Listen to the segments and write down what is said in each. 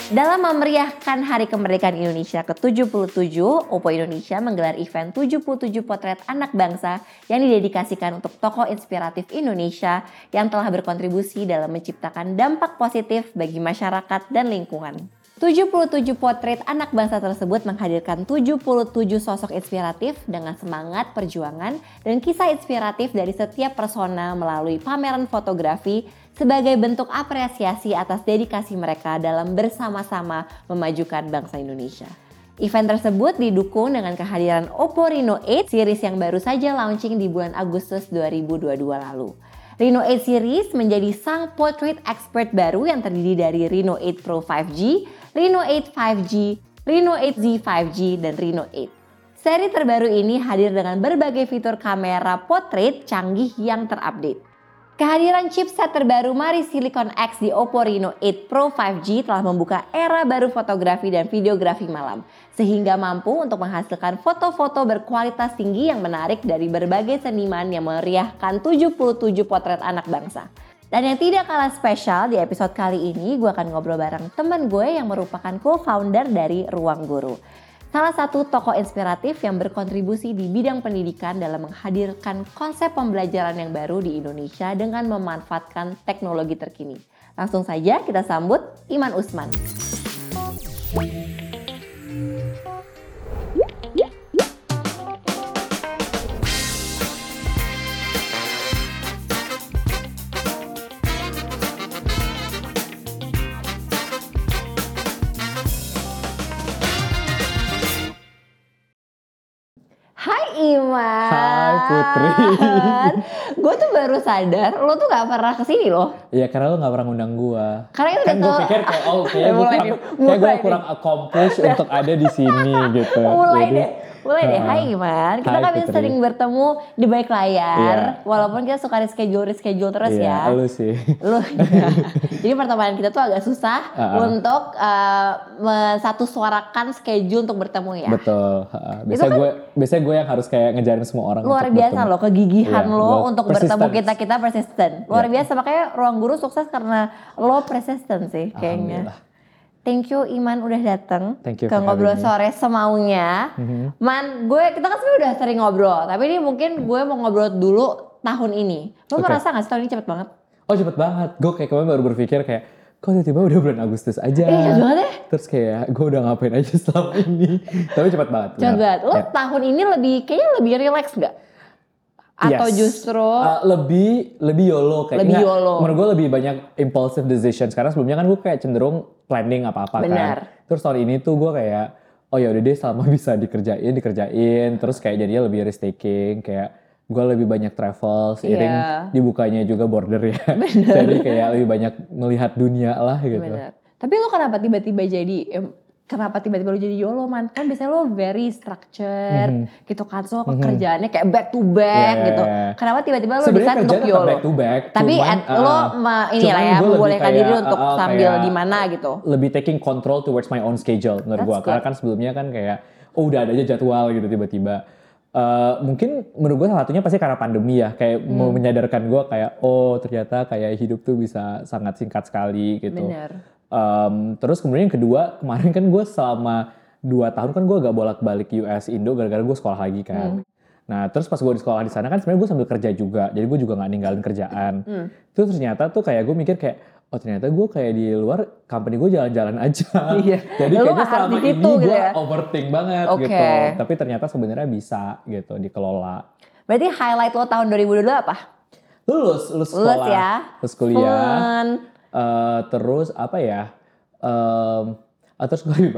Dalam memeriahkan Hari Kemerdekaan Indonesia ke-77, Oppo Indonesia menggelar event 77 Potret Anak Bangsa yang didedikasikan untuk tokoh inspiratif Indonesia yang telah berkontribusi dalam menciptakan dampak positif bagi masyarakat dan lingkungan. 77 potret anak bangsa tersebut menghadirkan 77 sosok inspiratif dengan semangat perjuangan dan kisah inspiratif dari setiap persona melalui pameran fotografi sebagai bentuk apresiasi atas dedikasi mereka dalam bersama-sama memajukan bangsa Indonesia. Event tersebut didukung dengan kehadiran Oppo Reno 8 series yang baru saja launching di bulan Agustus 2022 lalu. Reno 8 series menjadi sang portrait expert baru yang terdiri dari Reno 8 Pro 5G, Reno 8 5G, Reno 8Z 5G, dan Reno 8. Seri terbaru ini hadir dengan berbagai fitur kamera portrait canggih yang terupdate. Kehadiran chipset terbaru Mari Silicon X di Oppo Reno 8 Pro 5G telah membuka era baru fotografi dan videografi malam, sehingga mampu untuk menghasilkan foto-foto berkualitas tinggi yang menarik dari berbagai seniman yang memeriahkan 77 potret anak bangsa. Dan yang tidak kalah spesial di episode kali ini, gue akan ngobrol bareng teman gue yang merupakan co-founder dari Ruang Guru. Salah satu tokoh inspiratif yang berkontribusi di bidang pendidikan dalam menghadirkan konsep pembelajaran yang baru di Indonesia dengan memanfaatkan teknologi terkini. Langsung saja kita sambut Iman Usman. Hai Iman. Hai Putri. Gue tuh baru sadar lo tuh gak pernah kesini loh. Iya karena lo gak pernah ngundang gue. Karena itu kan gue pikir kayak gue kurang accomplish untuk ada di sini gitu. Mulai deh. Hai Iman. Kita kan bisa sering bertemu di balik layar. Walaupun kita suka reschedule terus ya. Lu sih. Lu. Jadi pertemuan kita tuh agak susah untuk satu suarakan schedule untuk bertemu ya. Betul. Biasanya gue yang harus kayak ngejarin semua orang. Luar biasa loh kegigihan lo untuk bertemu kita persisten. Luar biasa, makanya Ruang Guru sukses karena lo persisten sih kayaknya. Thank you Iman udah dateng ke Ngobrol Sore Semaunya. Man, kita kan sebenarnya udah sering ngobrol, tapi ini mungkin gue mau ngobrol dulu tahun ini. Lo merasa gak sih tahun ini cepet banget? Oh cepet banget, gue kayak kemarin baru berpikir kayak kok tiba-tiba udah bulan Agustus aja. Cepet banget ya? Terus kayak gue udah ngapain aja selama ini. Tapi cepet banget. Cepet banget. Lo tahun ini kayaknya lebih relax gak? Atau justru lebih YOLO kayak lebih YOLO. Menurut gue lebih banyak impulsive decisions karena sebelumnya kan gue kayak cenderung planning apa-apa kan. Terus tahun ini tuh gue kayak oh ya udah deh selama bisa dikerjain terus kayak jadinya lebih risk taking, kayak gue lebih banyak travel seiring dibukanya juga border ya. Jadi kayak lebih banyak melihat dunia lah gitu. Bener. Tapi lo kenapa tiba-tiba lo jadi YOLO man? Kan biasanya lo very structured gitu kan. So kerjaannya kayak back to back gitu. Kenapa tiba-tiba lo bisa untuk YOLO? Back to back. Tapi lo inilah ya membolehkan diri untuk sambil di mana gitu. Lebih taking control towards my own schedule menurut gue. Karena kan sebelumnya kan kayak udah ada aja jadwal gitu tiba-tiba. Mungkin menurut gue salah satunya pasti karena pandemi ya. Kayak mau menyadarkan gue kayak ternyata kayak hidup tuh bisa sangat singkat sekali gitu. Bener. Terus kemudian yang kedua, kemarin kan gue selama 2 tahun kan gue gak bolak-balik US Indo gara-gara gue sekolah lagi kan. Nah terus pas gue di sekolah di sana kan sebenarnya gue sambil kerja juga, jadi gue juga gak ninggalin kerjaan. Terus ternyata tuh kayak gue mikir kayak ternyata gue kayak di luar company gue jalan-jalan aja. Jadi kayaknya selama ini gue overthink banget gitu. Tapi ternyata sebenarnya bisa gitu dikelola. Berarti highlight lo tahun 2022 apa? Lulus sekolah, ya. Lulus kuliah. Terus apa ya? Terus gue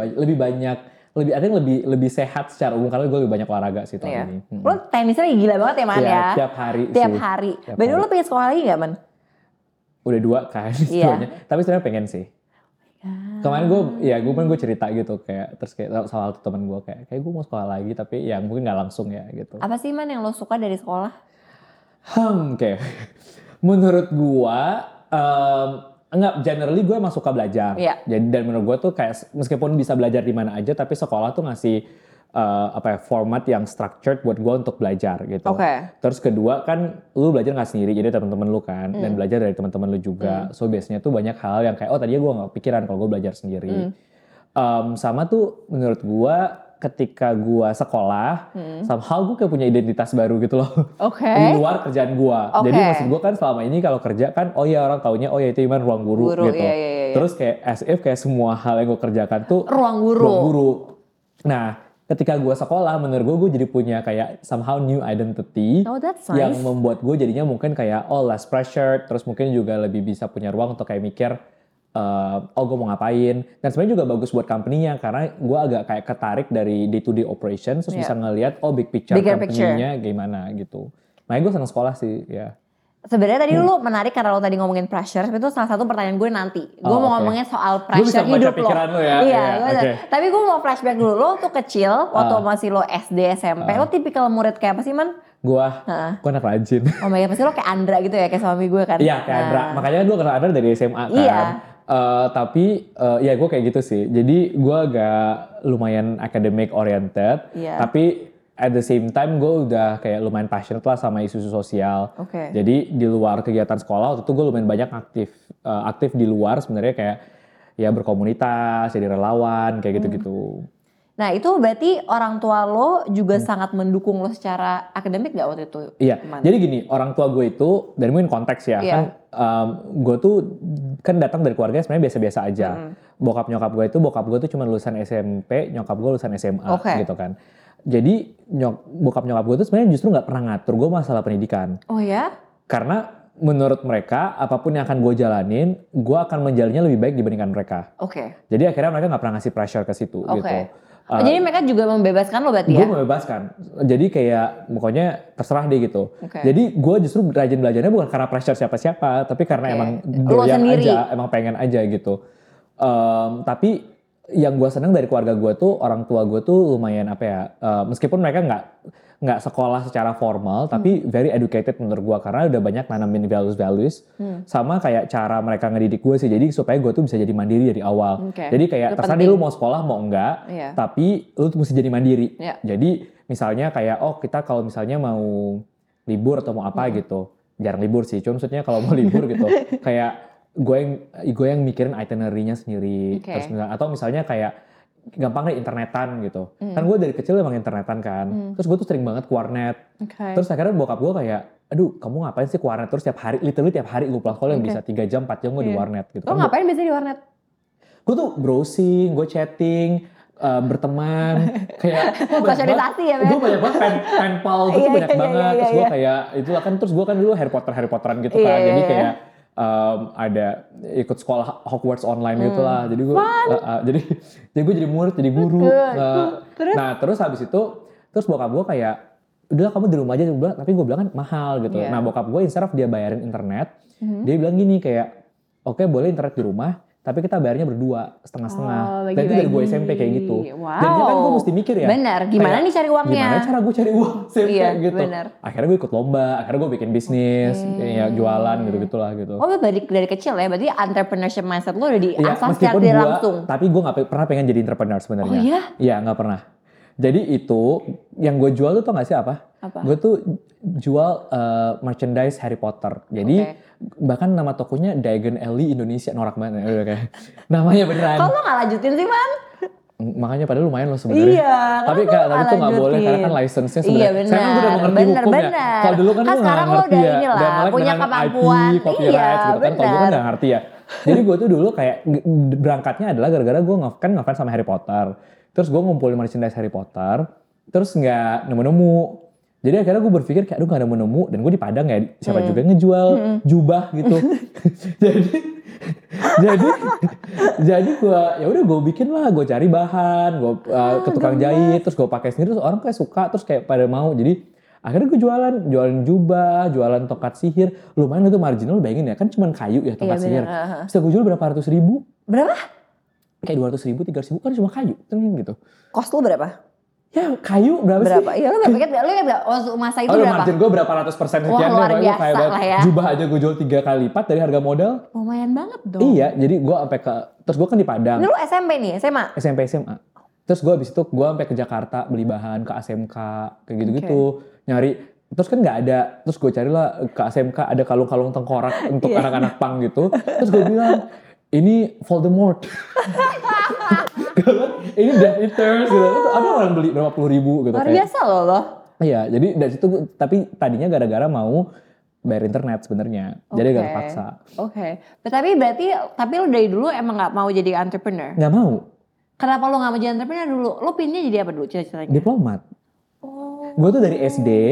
lebih sehat secara umum karena gue lebih banyak olahraga sih tahun ini. Lo tenisnya lagi gila banget ya Man ya? Tiap hari. Berarti lo pengen sekolah lagi gak Man? Udah 2 kan tapi sebenarnya pengen sih. Kemarin gue cerita gitu kayak terus kayak salah satu teman gue kayak gue mau sekolah lagi tapi ya mungkin nggak langsung ya gitu. Apa sih Man yang lo suka dari sekolah? Menurut gue generally gue emang suka belajar. Dan menurut gue tuh kayak meskipun bisa belajar di mana aja tapi sekolah tuh ngasih format yang structured buat gue untuk belajar gitu. Oke. Terus kedua kan lu belajar nggak sendiri, jadi teman-teman lu kan, dan belajar dari teman-teman lu juga. So biasanya tuh banyak hal yang kayak tadinya gue nggak pikiran kalau gue belajar sendiri. Sama tuh menurut gue ketika gue sekolah, somehow gue kayak punya identitas baru gitu loh. Oke. Di luar kerjaan gue. Oke. Jadi maksud gue kan selama ini kalau kerja kan, orang taunya itu Iman ruang guru gitu. Iya. Terus kayak as if kayak semua hal yang gue kerjakan tuh Ruang guru. Nah, ketika gue sekolah, menurut gue jadi punya kayak somehow new identity. Oh, that's nice. Yang membuat gue jadinya mungkin kayak less pressure, terus mungkin juga lebih bisa punya ruang untuk kayak mikir, gue mau ngapain. Dan sebenarnya juga bagus buat company-nya karena gue agak kayak ketarik dari day to day operations, terus bisa ngelihat big picture company-nya gimana gitu. Makanya gue senang sekolah sih, ya. Sebenarnya tadi lu menarik karena lu tadi ngomongin pressure, itu salah satu pertanyaan gue nanti. Gue mau ngomongin soal pressure hidup lo. Lu ya. Iya, tapi gue mau flashback dulu. Lo tuh kecil, waktu masih lo SD, SMP, lo tipikal murid kayak apa sih, Man? Gue anak rajin. Oh my god, pasti lo kayak Andra gitu ya, kayak suami gue kan? Iya, kayak Andra. Makanya gue kenal Andra dari SMA kan. Iya. Tapi ya gue kayak gitu sih. Jadi gue agak lumayan academic oriented. Iya. Tapi at the same time gue udah kayak lumayan passionate lah sama isu sosial. Oke. Jadi di luar kegiatan sekolah waktu itu gue lumayan banyak aktif di luar sebenarnya kayak ya berkomunitas, jadi relawan kayak gitu-gitu. Nah itu berarti orang tua lo juga sangat mendukung lo secara akademik gak waktu itu? Iya, jadi gini, orang tua gue itu, dari mungkin konteks ya, kan gue tuh kan datang dari keluarga sebenarnya biasa-biasa aja. Bokap gue tuh cuma lulusan SMP, nyokap gue lulusan SMA gitu kan. Jadi bokap nyokap gue tuh sebenarnya justru nggak pernah ngatur gue masalah pendidikan. Oh ya? Karena menurut mereka apapun yang akan gue jalanin, gue akan menjalannya lebih baik dibandingkan mereka. Oke. Jadi akhirnya mereka nggak pernah ngasih pressure ke situ gitu. Jadi mereka juga membebaskan lo berarti ya? Gue membebaskan. Jadi kayak pokoknya terserah deh gitu. Jadi gue justru rajin belajarnya bukan karena pressure siapa-siapa, tapi karena emang doyan aja, emang pengen aja gitu. Tapi yang gue seneng dari keluarga gue tuh orang tua gue tuh lumayan meskipun mereka nggak sekolah secara formal tapi very educated menurut gue karena udah banyak nanamin values sama kayak cara mereka ngedidik gue sih, jadi supaya gue tuh bisa jadi mandiri dari awal. Jadi kayak terserah lu mau sekolah mau enggak, tapi lu tuh mesti jadi mandiri. Jadi misalnya kayak kita kalau misalnya mau libur atau mau apa gitu, jarang libur sih, cuma maksudnya kalau mau libur gitu kayak gue yang mikirin itinerary-nya sendiri. Terus atau misalnya kayak gampang deh internetan gitu. Kan gue dari kecil emang internetan kan. Terus gue tuh sering banget ke warnet. Terus akhirnya bokap gue kayak, aduh kamu ngapain sih ke warnet? Terus tiap hari gue pulang sekolah yang bisa 3 jam 4 jam gue di warnet gitu. Lo ngapain biasanya di warnet? Gue tuh browsing, gue chatting, berteman, kayak sosialisasi ya, gue banyak banget penpal gitu banyak banget. Terus gue kayak itulah kan, terus gue kan dulu Harry Potteran gitu kan. Jadi kayak ada ikut sekolah Hogwarts online gitu lah. Jadi gue jadi gue jadi murid, jadi guru. Nah terus habis itu terus bokap gue kayak udah kamu di rumah aja, tapi gue bilang kan mahal gitu. Nah bokap gue instead of dia bayarin internet, dia bilang gini kayak oke, boleh internet di rumah, tapi kita bayarnya berdua setengah-setengah. Dan itu dari gue SMP kayak gitu. Jadinya kan gue mesti mikir ya. Bener, gimana nih cari uangnya? Gimana cara gue cari uang SMP gitu. Bener. Akhirnya gue ikut lomba, akhirnya gue bikin bisnis, ya jualan gitu-gitulah gitu. Oh dari kecil ya, berarti entrepreneurship mindset lo udah diasah secara tidak langsung. Tapi gue gak pernah pengen jadi entrepreneur sebenarnya. Oh iya? Iya gak pernah. Jadi itu yang gue jual tuh tau gak sih apa? Gue tuh jual merchandise Harry Potter. Jadi bahkan nama tokonya Diagon Alley Indonesia, norak banget kayak namanya beneran. Kok lo gak lanjutin sih, Man? Makanya padahal lumayan loh sebenarnya. Iya. Tapi itu nggak boleh karena kan license-nya sebenarnya. Iya, saya kan udah mengerti hukum ya. Kalau dulu kan gue nggak ngerti ya. Udah punya kemampuan. IP, copyright gitu kan. Kalau gue kan nggak ngerti ya. Jadi gue tuh dulu kayak berangkatnya adalah gara-gara gue ngefans sama Harry Potter. Terus gue ngumpulin merchandise Harry Potter. Terus nggak nemu-nemu. Jadi akhirnya gue berpikir kayak aduh gak ada nemu dan gue di Padang ya siapa juga yang ngejual jubah gitu. jadi gue ya udah gue bikin lah, gue cari bahan, gue ke tukang jahit, terus gue pakai sendiri, terus orang kayak suka, terus kayak pada mau. Jadi akhirnya gue jualan jubah, jualan tongkat sihir, lumayan itu marginal, bayangin ya kan cuma kayu ya tongkat sihir. Bisa gue jual berapa ratus ribu? Berapa? Kayak 200 ribu, 300 ribu kan cuma kayu, gitu. Cost lu berapa? Ya kayu berapa sih? Iya lu inget gak? Masa itu berapa? Margin gue berapa ratus persen sekian. Wah luar biasa lah ya. Jubah aja gue jual 3 kali lipat dari harga modal. Lumayan banget dong. Iya, jadi gue sampai terus gue kan di Padang. Ini lu SMP nih, SMA? SMP SMA. Terus gue abis itu gue sampai ke Jakarta beli bahan ke ASMK kayak gitu-gitu, nyari. Terus kan nggak ada, terus gue carilah ke ASMK ada kalung-kalung tengkorak untuk anak-anak pang gitu. Terus gue bilang ini Voldemort, ini Death Eaters gitu. Terus ada orang beli berapa puluh ribu gitu. Luar biasa loh. Iya, jadi dari situ tapi tadinya gara-gara mau bayar internet sebenarnya, jadi agak terpaksa. Oke. Tapi lo dari dulu emang nggak mau jadi entrepreneur? Nggak mau. Kenapa lo nggak mau jadi entrepreneur dulu? Lo pinginnya jadi apa dulu cita-citanya? Diplomat. Gue tuh dari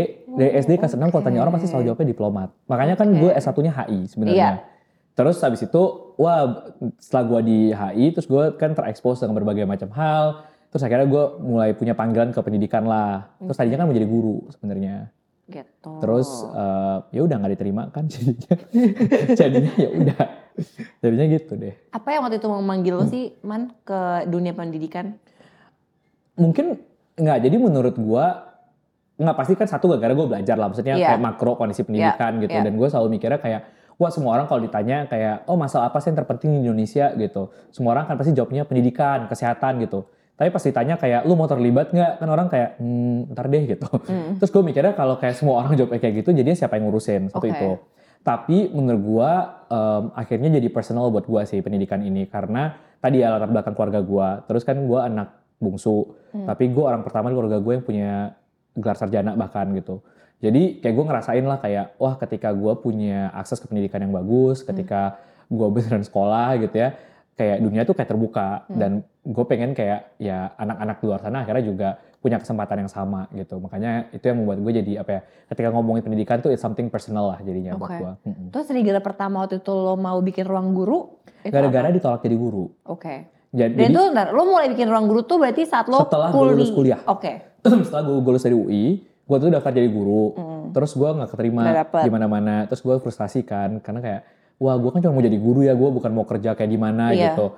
SD kelas 6 kalau tanya orang pasti selalu jawabnya diplomat. Makanya kan gue S1-nya HI sebenarnya. Terus habis itu, setelah gue di HI, terus gue kan terekspos dengan berbagai macam hal. Terus akhirnya gue mulai punya panggilan ke pendidikan lah. Terus tadinya kan mau jadi guru sebenarnya. Gitu. Terus ya udah nggak diterima kan jadinya. Jadinya ya udah. Jadinya gitu deh. Apa yang waktu itu memanggil lo sih, Man, ke dunia pendidikan? Mungkin nggak. Jadi menurut gue nggak, pasti kan satu gara-gara gue belajar lah. Maksudnya kayak makro kondisi pendidikan gitu. Dan gue selalu mikirnya kayak, wah semua orang kalau ditanya kayak, oh masalah apa sih yang terpenting di Indonesia gitu. Semua orang kan pasti jawabnya pendidikan, kesehatan gitu. Tapi pas ditanya kayak, lu mau terlibat nggak? Kan orang kayak, ntar deh gitu. Terus gue mikirnya kalau kayak semua orang jawab kayak gitu, jadinya siapa yang ngurusin? Satu itu. Tapi menurut gue, akhirnya jadi personal buat gue sih pendidikan ini. Karena tadi ya latar belakang keluarga gue. Terus kan gue anak bungsu. Tapi gue orang pertama di keluarga gue yang punya gelar sarjana bahkan gitu. Jadi kayak gue ngerasain lah kayak, wah ketika gue punya akses ke pendidikan yang bagus, ketika gue beneran sekolah gitu ya, kayak dunia tuh kayak terbuka. Dan gue pengen kayak ya anak-anak di luar sana akhirnya juga punya kesempatan yang sama gitu. Makanya itu yang membuat gue jadi apa ya, ketika ngomongin pendidikan tuh it's something personal lah jadinya buat gue. Terus trigger pertama waktu itu lo mau bikin ruang guru? Gara-gara ditolak jadi guru. Dan itu ntar, lo mulai bikin ruang guru tuh berarti saat lo setelah gue lulus kuliah. Setelah gue lulus dari UI, gue tuh daftar jadi guru. Terus gue gak keterima di mana-mana. Terus gue frustasi kan, karena kayak, wah gue kan cuma mau jadi guru ya, gue bukan mau kerja kayak di mana gitu.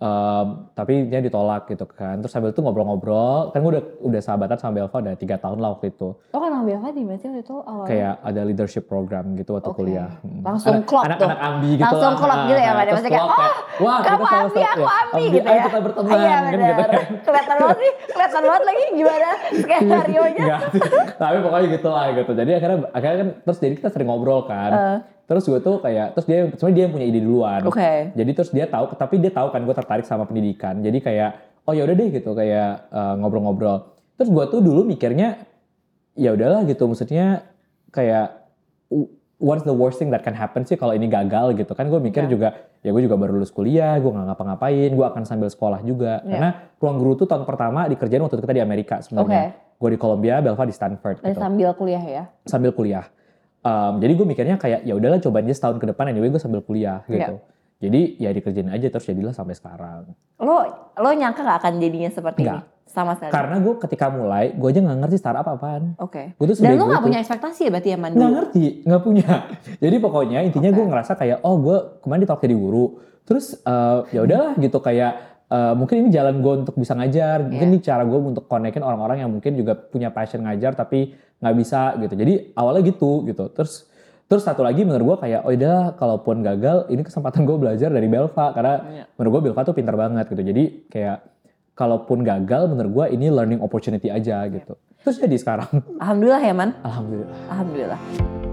Tapi dia ditolak gitu kan. Terus sambil itu ngobrol-ngobrol, kan gue udah sahabatan sama Belva udah 3 tahun lah waktu itu. Lo kenal Belva di mana sih waktu itu awalnya? Kayak ada leadership program gitu waktu kuliah. Langsung klop tuh. Anak-anak ambi gitu langsung lah. klop gitu ya Mbak. Maksudnya kayak, wah kamu ambi, aku ambi gitu ya. Ayo kita berteman kan gitu. Kelihatan banget lagi gimana skenario-nya. Tapi pokoknya gitu lah gitu. Jadi akhirnya kan terus jadi kita sering ngobrol kan. Terus gue tuh kayak, terus sebenarnya dia yang punya ide duluan. Jadi terus dia tahu, tapi dia tahu kan gue tertarik sama pendidikan. Jadi kayak, oh ya udah deh gitu, kayak ngobrol-ngobrol. Terus gue tuh dulu mikirnya, ya udahlah gitu, maksudnya kayak what's the worst thing that can happen sih kalau ini gagal gitu kan. Gue mikir juga, ya gue juga baru lulus kuliah, gue gak ngapa-ngapain, gue akan sambil sekolah juga. Karena ruang guru tuh tahun pertama dikerjain waktu kita di Amerika sebenarnya. Gue di Columbia, Belva di Stanford. Dan sambil kuliah ya? Sambil kuliah. Jadi gue mikirnya kayak ya udahlah cobain aja setahun ke depan, anyway gue sambil kuliah gitu. Jadi ya dikerjain aja terus jadilah sampai sekarang. Lo nyangka gak akan jadinya seperti ini? Sama sekali? Karena gue ketika mulai, gue aja gak ngerti startup apaan. Dan lo gak punya ekspektasi ya berarti ya Man? Gak ngerti, gak punya. Jadi pokoknya intinya gue ngerasa kayak, oh gue kemarin ditolak jadi guru. Terus ya udahlah gitu kayak, mungkin ini jalan gue untuk bisa ngajar. Mungkin ini cara gue untuk connectin orang-orang yang mungkin juga punya passion ngajar tapi gak bisa gitu. Jadi awalnya gitu. Terus satu lagi menurut gue kayak, oh udah kalaupun gagal, ini kesempatan gue belajar dari Belva. Karena menurut gue Belva tuh pintar banget gitu. Jadi kayak, kalaupun gagal menurut gue ini learning opportunity aja gitu. Terus jadi sekarang. Alhamdulillah ya Man? Alhamdulillah.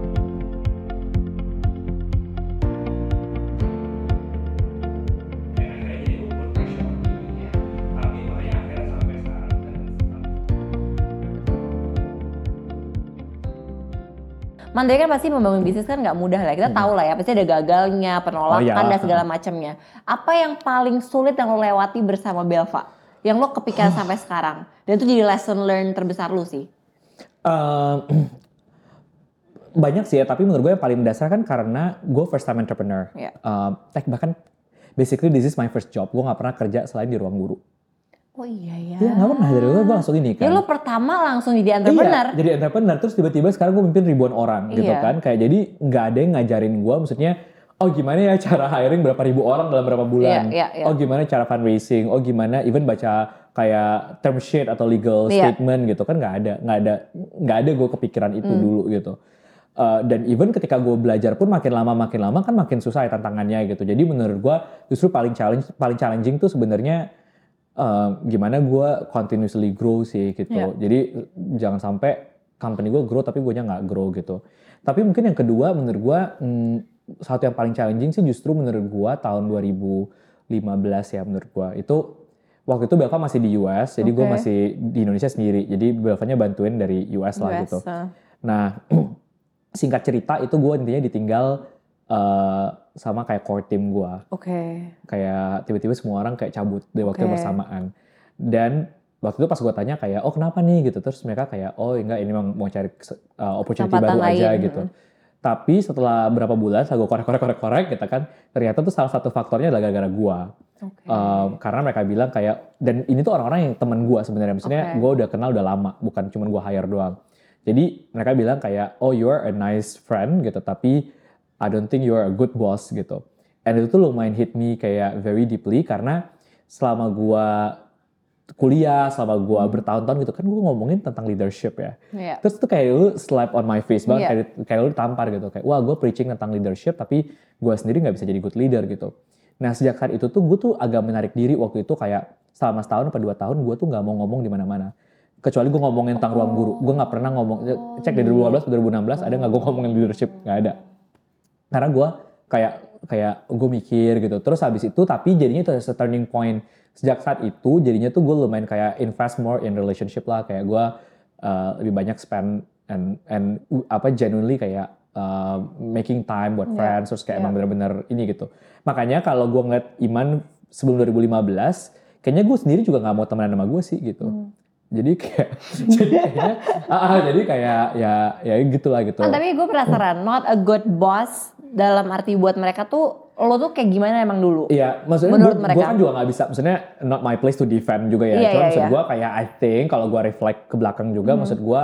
Man, dari kan pasti membangun bisnis kan nggak mudah lah. Kita tahu lah ya, pasti ada gagalnya, penolakan dan segala macamnya. Apa yang paling sulit yang lo lewati bersama Belva? Yang lo kepikiran sampai sekarang? Dan itu jadi lesson learn terbesar lo sih? Banyak sih ya, tapi menurut gue yang paling mendasar kan karena gue first time entrepreneur. Bahkan basically this is my first job. Gue gak pernah kerja selain di ruang guru. Oh iya ya. Iya gak pernah, dari dulu gue langsung ini kan. Ya lo pertama langsung jadi entrepreneur. Iya, jadi entrepreneur. Terus tiba-tiba sekarang gue mimpin ribuan orang gitu kan. Kayak jadi gak ada yang ngajarin gue, maksudnya oh gimana ya cara hiring berapa ribu orang dalam berapa bulan. Oh gimana cara fundraising, oh gimana even baca kayak term sheet atau legal statement gitu kan. Gak ada gue kepikiran itu dulu gitu. Dan even ketika gue belajar pun makin lama kan makin susah ya tantangannya gitu. Jadi menurut gue justru paling challenging tuh sebenarnya gimana gue continuously grow sih gitu. Iya. Jadi jangan sampai company gue grow tapi gue nya nggak grow gitu. Tapi mungkin yang kedua menurut gue satu yang paling challenging sih justru menurut gue tahun 2015 ya menurut gue. Itu waktu itu Belva masih di US, jadi gue Oke. masih di Indonesia sendiri. Jadi Belvanya bantuin dari US lah gitu. Nah, singkat cerita itu gue intinya ditinggal sama kayak core team gue. Oke. Kayak tiba-tiba semua orang kayak cabut di waktu yang Oke. bersamaan. Dan waktu itu pas gue tanya kayak, oh kenapa nih gitu. Terus mereka kayak, oh enggak ini memang mau cari opportunity Kesempatan baru aja lain. gitu. Tapi setelah berapa bulan, setelah gue korek gitu kan, ternyata tuh salah satu faktornya adalah gara-gara gue. Oke. Karena mereka bilang kayak, dan ini tuh orang-orang yang teman gue sebenarnya, maksudnya Oke. gue udah kenal udah lama, bukan cuma gue hire doang. Jadi mereka bilang kayak, oh you're a nice friend gitu, tapi I don't think you're a good boss gitu. And itu tuh lumayan hit me kayak very deeply karena selama gue kuliah, selama gue bertahun-tahun gitu kan gue ngomongin tentang leadership ya. Iya. Terus tuh kayak lu slap on my face banget, Iya. kayak lu tampar gitu. Kayak wah gue preaching tentang leadership tapi gue sendiri gak bisa jadi good leader gitu. Nah sejak saat itu tuh gue tuh agak menarik diri waktu itu kayak selama setahun atau 2 tahun gue tuh gak mau ngomong di mana-mana. Kecuali gue ngomongin tentang ruang guru. Gue gak pernah ngomong, cek dari 2015 ke 2016 ada gak gue ngomongin leadership? Gak ada. Karena gue kayak gue mikir gitu. Terus habis itu tapi jadinya itu ada turning point. Sejak saat itu jadinya tuh gue lumayan kayak invest more in relationship lah. Kayak gue lebih banyak spend and genuinely kayak making time buat friends. Terus kayak emang bener-bener ini gitu. Makanya kalau gue ngeliat Iman sebelum 2015, kayaknya gue sendiri juga gak mau temenan sama gue sih gitu. Jadi kayak jadi kayak ya gitulah gitu. Tapi gue penasaran, not a good boss dalam arti buat mereka tuh lo tuh kayak gimana emang dulu? Iya, maksudnya menurut gue mereka. kan juga nggak bisa, maksudnya not my place to defend juga ya. Iya, Cuma iya, maksud iya. gue kayak I think kalau gue reflect ke belakang juga, maksud gue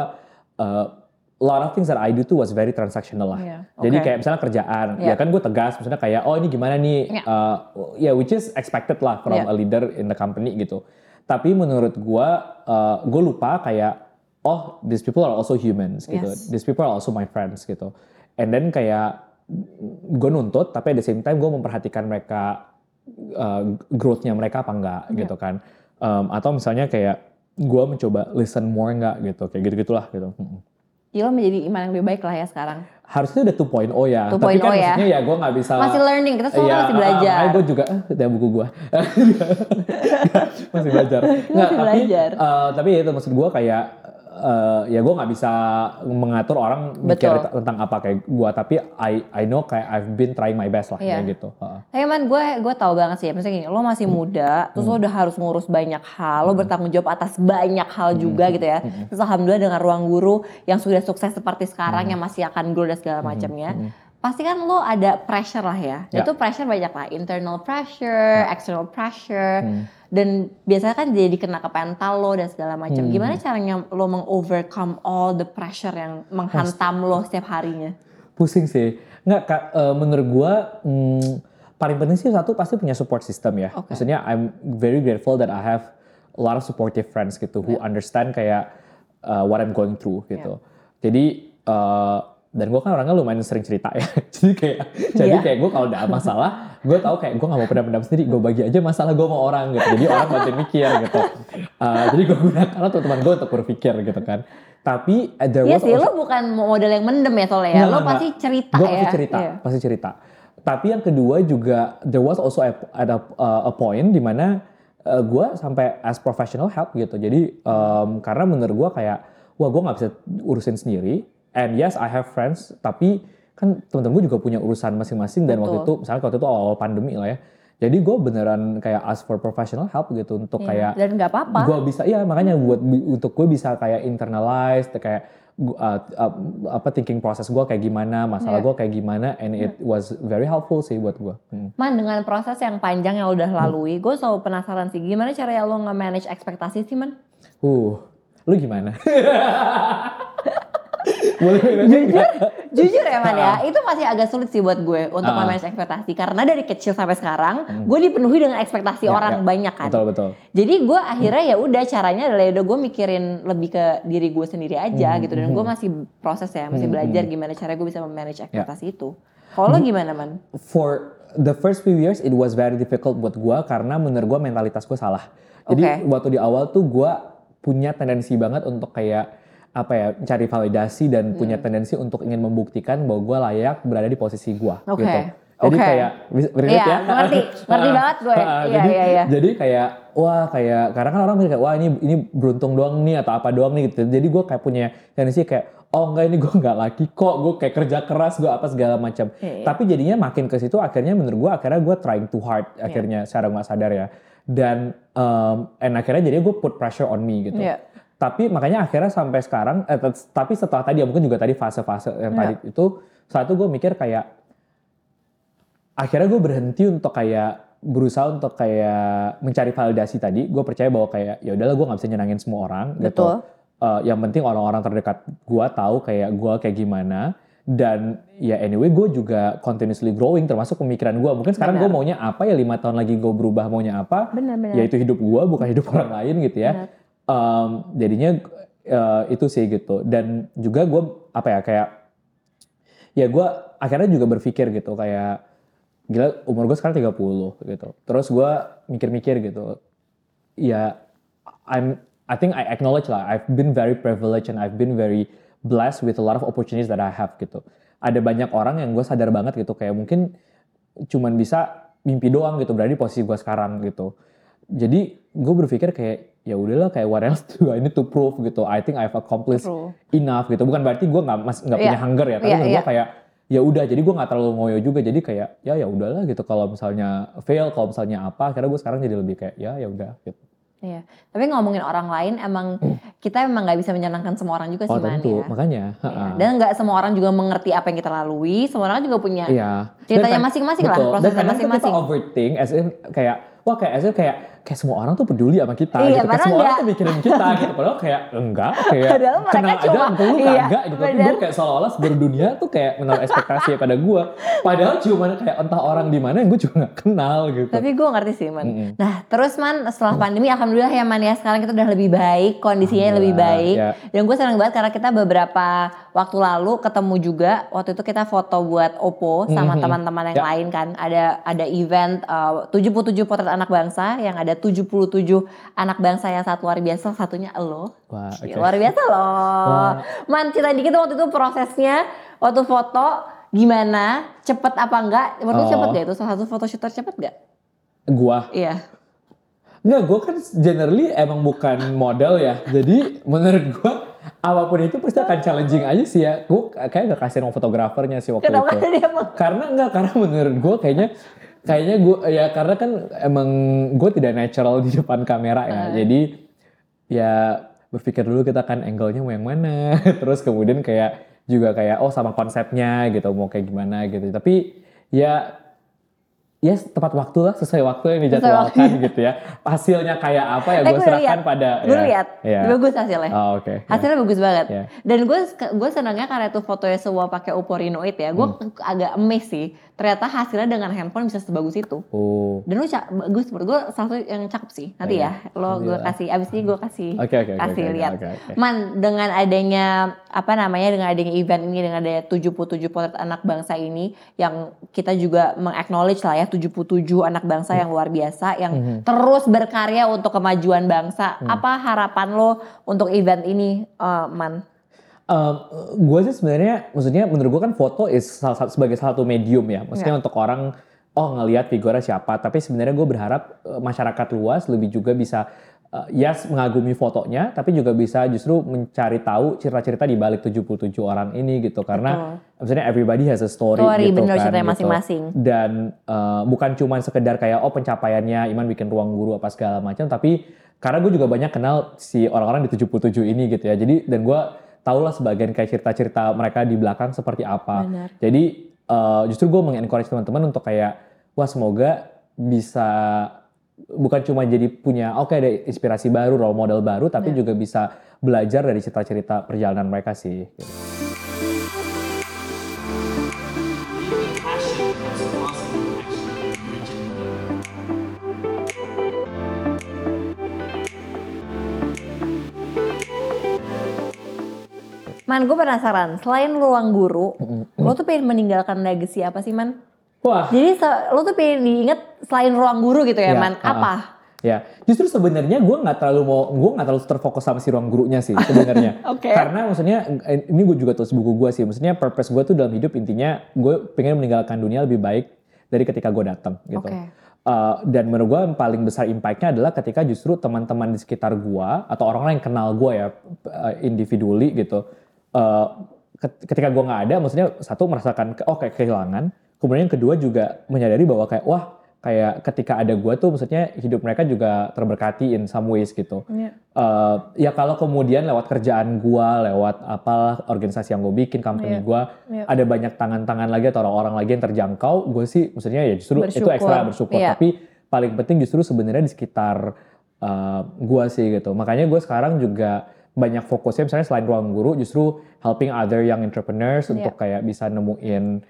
a lot of things that I do tuh was very transactional lah. Iya, Jadi oke. kayak misalnya kerjaan, Iya. ya kan gue tegas, maksudnya kayak oh ini gimana nih, ya which is expected lah from Iya. a leader in the company gitu. Tapi menurut gue lupa kayak oh these people are also humans gitu, Yes. these people are also my friends gitu. And then kayak gue nuntut, tapi at the same time gue memperhatikan mereka growth-nya mereka apa enggak gitu kan. Atau misalnya kayak gue mencoba listen more enggak gitu, kayak gitu-gitulah gitu. Jadi lo menjadi Iman yang lebih baik lah ya sekarang. Harusnya udah 2.0 ya, 2.0 tapi kan ya. maksudnya ya gue nggak bisa. Masih learning, kita semua kan masih belajar. Makanya gue juga, ada buku gue. Masih belajar. Nggak, Masih belajar. Tapi itu maksud gue kayak, ya gue nggak bisa mengatur orang mikir Betul. tentang apa kayak gue, tapi I know kayak I've been trying my best lah Iya. kayak gitu. Tapi man, gue tahu banget sih. Misalnya gini, lo masih muda, terus lo udah harus ngurus banyak hal, lo bertanggung jawab atas banyak hal juga gitu ya. Terus alhamdulillah dengan ruang guru yang sudah sukses seperti sekarang, yang masih akan grow dan segala macamnya. Pasti kan lo ada pressure lah ya. Ya. Itu pressure banyak lah, internal pressure, external pressure. Dan biasanya kan jadi kena ke mental lo dan segala macam. Gimana caranya lo meng-overcome all the pressure yang menghantam lo setiap harinya? Pusing sih. Nggak, menurut gue paling penting sih satu pasti punya support system ya. Oke. Maksudnya I'm very grateful that I have a lot of supportive friends gitu who understand kayak what I'm going through gitu. Jadi dan gue kan orangnya lumayan sering cerita ya. jadi kayak gue kalau ada masalah, gue tahu kayak gue nggak mau pendam-pendam sendiri, gue bagi aja masalah gue sama orang gitu. Jadi orang bantuin mikir gitu. Jadi gue gunakan teman-teman gue untuk berpikir gitu kan. Tapi there Iya was sih, also, lo bukan model yang mendem ya soalnya ya. Lo pasti cerita gue ya. pasti cerita, Iya. pasti cerita. Tapi yang kedua juga there was also a point di mana gue sampai as professional help gitu. Jadi karena menurut gue kayak wah gue nggak bisa urusin sendiri. And yes I have friends, tapi kan teman-teman gue juga punya urusan masing-masing. Dan waktu itu misalnya waktu itu awal pandemi lah ya. Jadi gue beneran kayak ask for professional help gitu untuk kayak dan nggak apa-apa. gue bisa makanya untuk gue bisa kayak internalize kayak thinking proses gue kayak gimana, masalah gue kayak gimana, and it was very helpful sih buat gue. Man, dengan proses yang panjang yang udah lalui, gue selalu penasaran sih gimana cara lo nge-manage ekspektasi sih man? Lu gimana? Jujur ya man ya, itu masih agak sulit sih buat gue untuk manage ekspektasi. Karena dari kecil sampai sekarang, gue dipenuhi dengan ekspektasi orang banyak kan. Betul. Jadi gue akhirnya ya udah caranya adalah udah gue mikirin lebih ke diri gue sendiri aja gitu. Dan gue masih proses ya, masih belajar gimana cara gue bisa manage ekspektasi itu. Kalau lo gimana man? the first few years it was very difficult buat gue karena menurut gue mentalitas gue salah. Jadi waktu di awal tuh gue punya tendensi banget untuk kayak apa ya, cari validasi dan punya tendensi untuk ingin membuktikan bahwa gue layak berada di posisi gue gitu. Jadi kayak relate ya. Ngerti banget gue. Jadi kayak wah kayak karena kan orang mikir kayak wah ini beruntung doang nih atau apa doang nih gitu. Jadi gue kayak punya tendensi kayak oh enggak ini gue nggak laki kok, gue kayak kerja keras gue apa segala macam. Tapi jadinya makin ke situ akhirnya menurut gue gue trying too hard akhirnya secara nggak sadar ya. Dan akhirnya jadinya gue put pressure on me gitu. Tapi makanya akhirnya sampai sekarang, tapi setelah tadi ya mungkin juga tadi fase-fase yang tadi itu, saat itu gue mikir kayak akhirnya gue berhenti untuk kayak berusaha untuk kayak mencari validasi tadi. Gue percaya bahwa kayak ya udahlah gue nggak bisa nyenangin semua orang gitu. Yang penting orang-orang terdekat gue tahu kayak gue kayak gimana. Dan ya anyway gue juga continuously growing termasuk pemikiran gue. Mungkin sekarang gue maunya apa ya 5 tahun lagi gue berubah maunya apa. Ya itu hidup gue bukan hidup orang lain gitu ya. Jadinya itu sih gitu. Dan juga gue apa ya kayak ya gue akhirnya juga berpikir gitu kayak gila umur gue sekarang 30 gitu. Terus gue mikir-mikir gitu. Ya I think I acknowledge lah I've been very privileged and I've been very blessed with a lot of opportunities that I have gitu. Ada banyak orang yang gue sadar banget gitu kayak mungkin cuman bisa mimpi doang gitu berada di posisi gue sekarang gitu. Jadi gue berpikir kayak ya udahlah kayak what else do I need to prove gitu. I think I've accomplished enough gitu. Bukan berarti gue nggak punya hunger ya, tapi gue kayak ya udah jadi gue nggak terlalu ngoyo juga. Jadi kayak ya udahlah gitu kalau misalnya fail, kalau misalnya apa, akhirnya gue sekarang jadi lebih kayak ya udah gitu. Iya, tapi ngomongin orang lain emang kita emang nggak bisa menyenangkan semua orang juga sih Man ya. Makanya. Dan nggak semua orang juga mengerti apa yang kita lalui. Semua orang juga punya ceritanya masing-masing lah, prosesnya masing-masing. Dan kita overthink, as in kayak wah kayak semua orang tuh peduli sama kita gitu. Kayak semua orang tuh mikirin kita gitu. Padahal kayak enggak, kayak kenal aja untuk lu kagak gitu. Tapi gue kayak seolah-olah seluruh dunia tuh kayak menaruh ekspektasi pada gue. Padahal cuma kayak entah orang di mana yang gue juga gak kenal gitu. Tapi gue ngerti sih Man. Nah terus Man setelah pandemi alhamdulillah ya Man ya sekarang kita udah lebih baik, kondisinya lebih baik. Dan gue senang banget karena kita beberapa waktu lalu ketemu juga. Waktu itu kita foto buat Oppo sama teman-teman yang lain kan. Ada event 77 potret anak bangsa yang ada 77 anak bangsa yang sangat luar biasa, satunya elo. Wah, luar biasa loh. Man, cerita dikit waktu itu prosesnya, waktu foto gimana? Cepet apa enggak? Waktu itu cepet gak itu? Salah satu foto shooter cepet gak? Gua? Iya. Enggak, gue kan generally emang bukan model ya. Jadi menurut gue apapun itu pasti akan challenging aja sih ya. Gue kayak gak kasih nama fotografernya sih waktu Kenapa itu. Karena menurut gue kayaknya gue ya karena kan emang gue tidak natural di depan kamera ya. Jadi ya berpikir dulu kita kan angle-nya mau yang mana. Terus kemudian kayak juga kayak sama konsepnya gitu mau kayak gimana gitu. Tapi ya tepat waktu lah, sesuai waktu yang dijadwalkan gitu ya. Hasilnya kayak apa ya gue serahkan pada. Gue lihat, bagus hasilnya. Hasilnya bagus banget. Dan gue senangnya karena itu fotonya semua pakai Oppo Reno 8 ya. Gue agak amazed sih. Ternyata hasilnya dengan handphone bisa sebagus itu. Dan lu bagus, menurut gue salah satu yang cakep sih. Nanti ya, lo gue kasih. Abis ini gue kasih lihat. Man, dengan adanya dengan adanya event ini, dengan adanya 77 potret anak bangsa ini, yang kita juga meng-acknowledge lah ya 77 anak bangsa yang luar biasa yang terus berkarya untuk kemajuan bangsa. Apa harapan lo untuk event ini, Man? Gue sih sebenarnya, maksudnya menurut gue kan foto sebagai salah satu medium ya. Maksudnya untuk orang ngelihat figurnya siapa. Tapi sebenarnya gue berharap masyarakat luas lebih juga bisa mengagumi fotonya, tapi juga bisa justru mencari tahu cerita-cerita di balik 77 orang ini gitu. Karena maksudnya everybody has a story gitu bener, kan. Ceritanya masing-masing. Dan bukan cuma sekedar kayak pencapaiannya Iman bikin ruang guru apa segala macam, tapi karena gue juga banyak kenal si orang-orang di 77 ini gitu ya. Jadi dan gue tahulah sebagian kayak cerita-cerita mereka di belakang seperti apa. Benar. Jadi justru gue mengencourage teman-teman untuk kayak wah semoga bisa bukan cuma jadi punya ada inspirasi baru, role model baru, tapi juga bisa belajar dari cerita-cerita perjalanan mereka sih. Gitu. Man, gue penasaran, selain ruang guru, lo tuh pengen meninggalkan legacy apa sih Man? Wah. Jadi lo tuh pengen diinget selain ruang guru gitu ya, Man? Apa? Ya, justru sebenarnya gue nggak terlalu terfokus sama si ruang gurunya sih sebenarnya. Oke. Karena maksudnya ini gue juga tulis buku gue sih. Maksudnya purpose gue tuh dalam hidup intinya gue pengen meninggalkan dunia lebih baik dari ketika gue datang gitu. Oke. Dan menurut gue yang paling besar impact-nya adalah ketika justru teman-teman di sekitar gue atau orang-orang yang kenal gue ya individually gitu. Ketika gue nggak ada, maksudnya satu merasakan kayak kehilangan. Kemudian yang kedua juga menyadari bahwa kayak kayak ketika ada gue tuh maksudnya hidup mereka juga terberkati in some ways gitu. Ya kalau kemudian lewat kerjaan gue, lewat organisasi yang gue bikin, company gue, ada banyak tangan-tangan lagi atau orang-orang lagi yang terjangkau, gue sih maksudnya ya justru bersyukur. Itu ekstra bersyukur. Tapi paling penting justru sebenarnya di sekitar gue sih gitu. Makanya gue sekarang juga banyak fokusnya misalnya selain ruang guru justru helping other young entrepreneurs untuk kayak bisa nemuin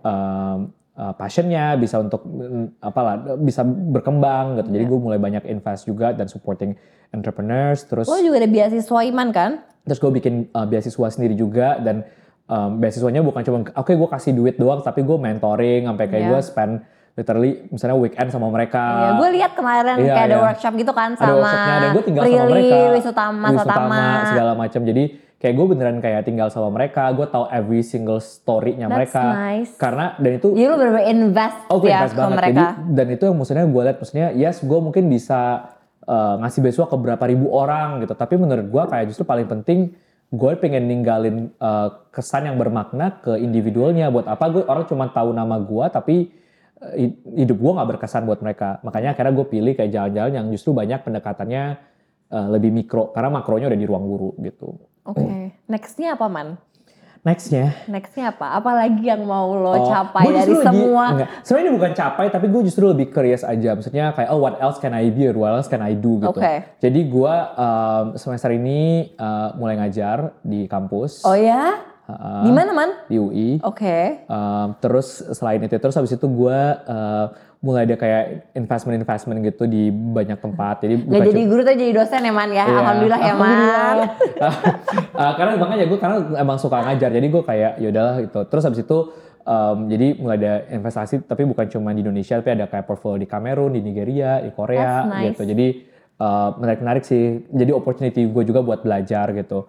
passionnya, bisa untuk bisa berkembang gitu. Jadi gue mulai banyak invest juga dan supporting entrepreneurs. Terus lo juga ada beasiswa Iman kan? Terus gue bikin beasiswa sendiri juga dan beasiswanya bukan cuma gue kasih duit doang, tapi gue mentoring sampai kayak gue spend literally misalnya weekend sama mereka. Iya, gue lihat kemarin kayak ada workshop gitu kan sama workshopnya dan gue tinggal sama mereka. Wisutama segala macam. Jadi kayak gue beneran kayak tinggal sama mereka, gue tahu every single story-nya mereka. Nice. Karena dan itu jadi lu bener-bener invest invest ke banget. mereka. Jadi, dan itu yang maksudnya gue lihat, maksudnya yes gue mungkin bisa ngasih beasiswa ke berapa ribu orang gitu, tapi menurut gue kayak justru paling penting gue pengen ninggalin kesan yang bermakna ke individualnya. Buat apa orang cuma tahu nama gue tapi hidup gue gak berkesan buat mereka. Makanya akhirnya gue pilih kayak jalan-jalan yang justru banyak pendekatannya lebih mikro, karena makronya udah di ruang guru gitu. Oke. Nextnya apa Man? Nextnya apa? Apalagi yang mau lo capai dari semua? Sebenarnya ini bukan capai, tapi gue justru lebih curious aja. Maksudnya kayak what else can I be or what else can I do gitu. Jadi gue semester ini mulai ngajar di kampus. Oh ya? Di mana Man? Di UI. Terus selain itu, terus habis itu gue mulai ada kayak investment gitu di banyak tempat. Jadi nggak jadi guru tuh jadi dosen ya Man ya. Alhamdulillah ya Man. Karena makanya gue emang suka ngajar. Jadi gue kayak yaudahlah gitu. Terus habis itu jadi mulai ada investasi, tapi bukan cuma di Indonesia, tapi ada kayak portfolio di Kamerun, di Nigeria, di Korea gitu. Jadi menarik sih. Jadi opportunity gue juga buat belajar gitu.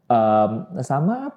Sama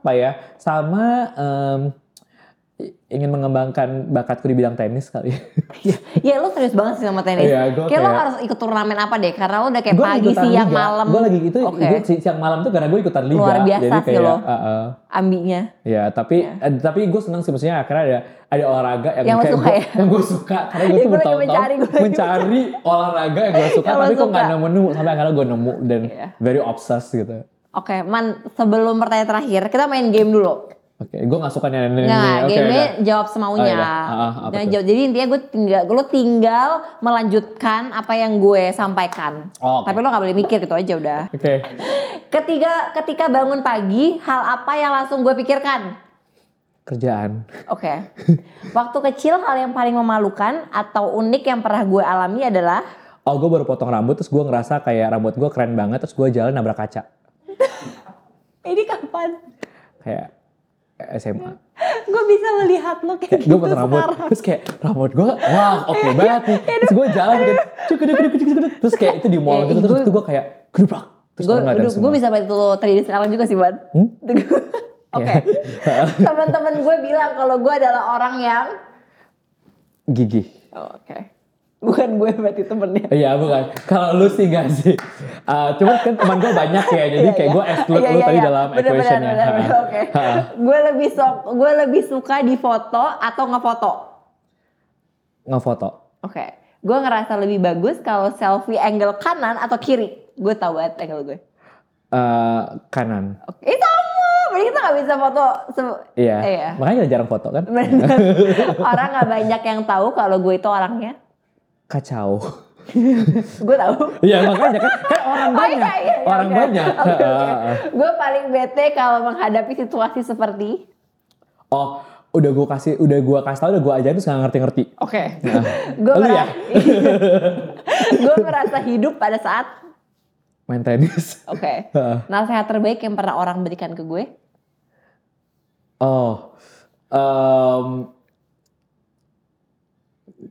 ingin mengembangkan bakatku di bidang tenis kali. Ya lo serius banget sih sama tenis. Kayak lo harus ikut turnamen apa deh, karena lo udah kayak pagi, siang, malam. Gue lagi gitu, siang malam tuh karena gue ikutan liga. Luar biasa jadi sih lo, ambinya. Ya tapi gue senang sih, maksudnya akhirnya ada olahraga yang kayak suka yang gue suka. Karena gue tuh bertahun-tahun mencari olahraga yang gue suka, tapi kok gak nemu, sampai akhirnya gue nemu dan very obsessed gitu. Oke, Man, sebelum pertanyaan terakhir, kita main game dulu. Oke, gue gak suka nyanyi. Game-nya jawab semaunya. Jadi intinya lo tinggal melanjutkan apa yang gue sampaikan. Tapi lo gak boleh mikir gitu aja udah. Ketika bangun pagi, hal apa yang langsung gue pikirkan? Kerjaan. Waktu kecil hal yang paling memalukan atau unik yang pernah gue alami adalah? Gue baru potong rambut, terus gue ngerasa kayak rambut gue keren banget, terus gue jalan nabrak kaca. Ini kapan? Kayak SMA. Gue bisa melihat lo kayak gitu gue rambut, terus kayak rambut gue, wah oke banget nih. Terus gue jalan gitu, terus kayak itu di mall gitu, terus gue kayak gedebrak. Gue bisa bantu lo terjadi sekarang juga sih, Ban. Teman-teman gue bilang kalau gue adalah orang yang gigih. Bukan gue berarti temennya. Iya bukan. Kalau lu sih gak sih. Cuman kan teman gue banyak ya. Jadi kayak gue exclude lu tadi dalam equationnya. Gue lebih suka di foto atau ngefoto? Ngefoto. Gue ngerasa lebih bagus kalau selfie angle kanan atau kiri. Gue tahu banget angle gue. Kanan. Sama. Berarti kita gak bisa foto. Iya. Makanya jarang foto kan. Orang gak banyak yang tahu kalau gue itu orangnya kacau. Gue tahu. Iya makanya kan orang banyak. Orang banyak. Gue paling bete kalau menghadapi situasi seperti. Udah gue kasih tahu, udah gue ajarin terus gak ngerti-ngerti. Gue merasa hidup pada saat main tenis. Nasihat terbaik yang pernah orang berikan ke gue?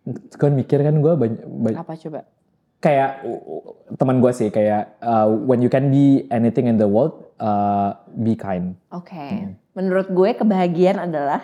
gue mikir kan gue banyak Apa coba? kayak teman gue sih kayak when you can be anything in the world, be kind. Oke. Menurut gue kebahagiaan adalah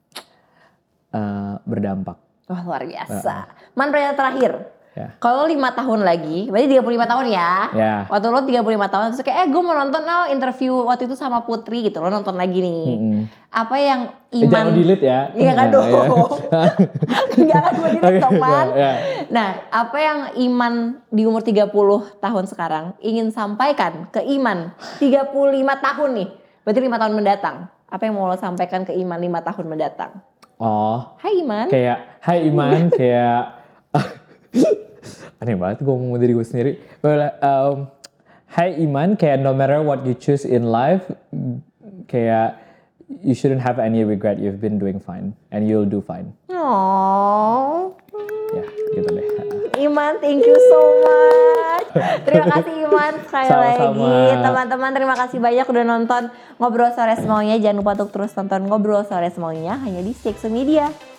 Berdampak. wah luar biasa. Man, pertanyaan terakhir. Ya. Kalau 5 tahun lagi, berarti 35 tahun ya. Ya. Waktu lo 35 tahun terus kayak gue mau nonton interview waktu itu sama Putri gitu. Lo nonton lagi nih. Apa yang Iman Jangan delete ya. Iya kan dong. Enggak kan gue delete dong, Man. Ya. Nah, apa yang Iman di umur 30 tahun sekarang ingin sampaikan ke Iman 35 tahun nih. Berarti 5 tahun mendatang. Apa yang mau lo sampaikan ke Iman 5 tahun mendatang? Oh. Hai Iman. Kayak hai Iman kayak aneh banget gue ngomong diri gue sendiri. Hai Iman, kayak no matter what you choose in life, kayak you shouldn't have any regret. You've been doing fine and you'll do fine. Oh. Ya, gitu deh. Iman, thank you so much. Terima kasih Iman sekali Sama-sama. lagi. Teman-teman terima kasih banyak udah nonton Ngobrol Sore Semaunya. Jangan lupa untuk terus tonton Ngobrol Sore Semaunya hanya di CX Media.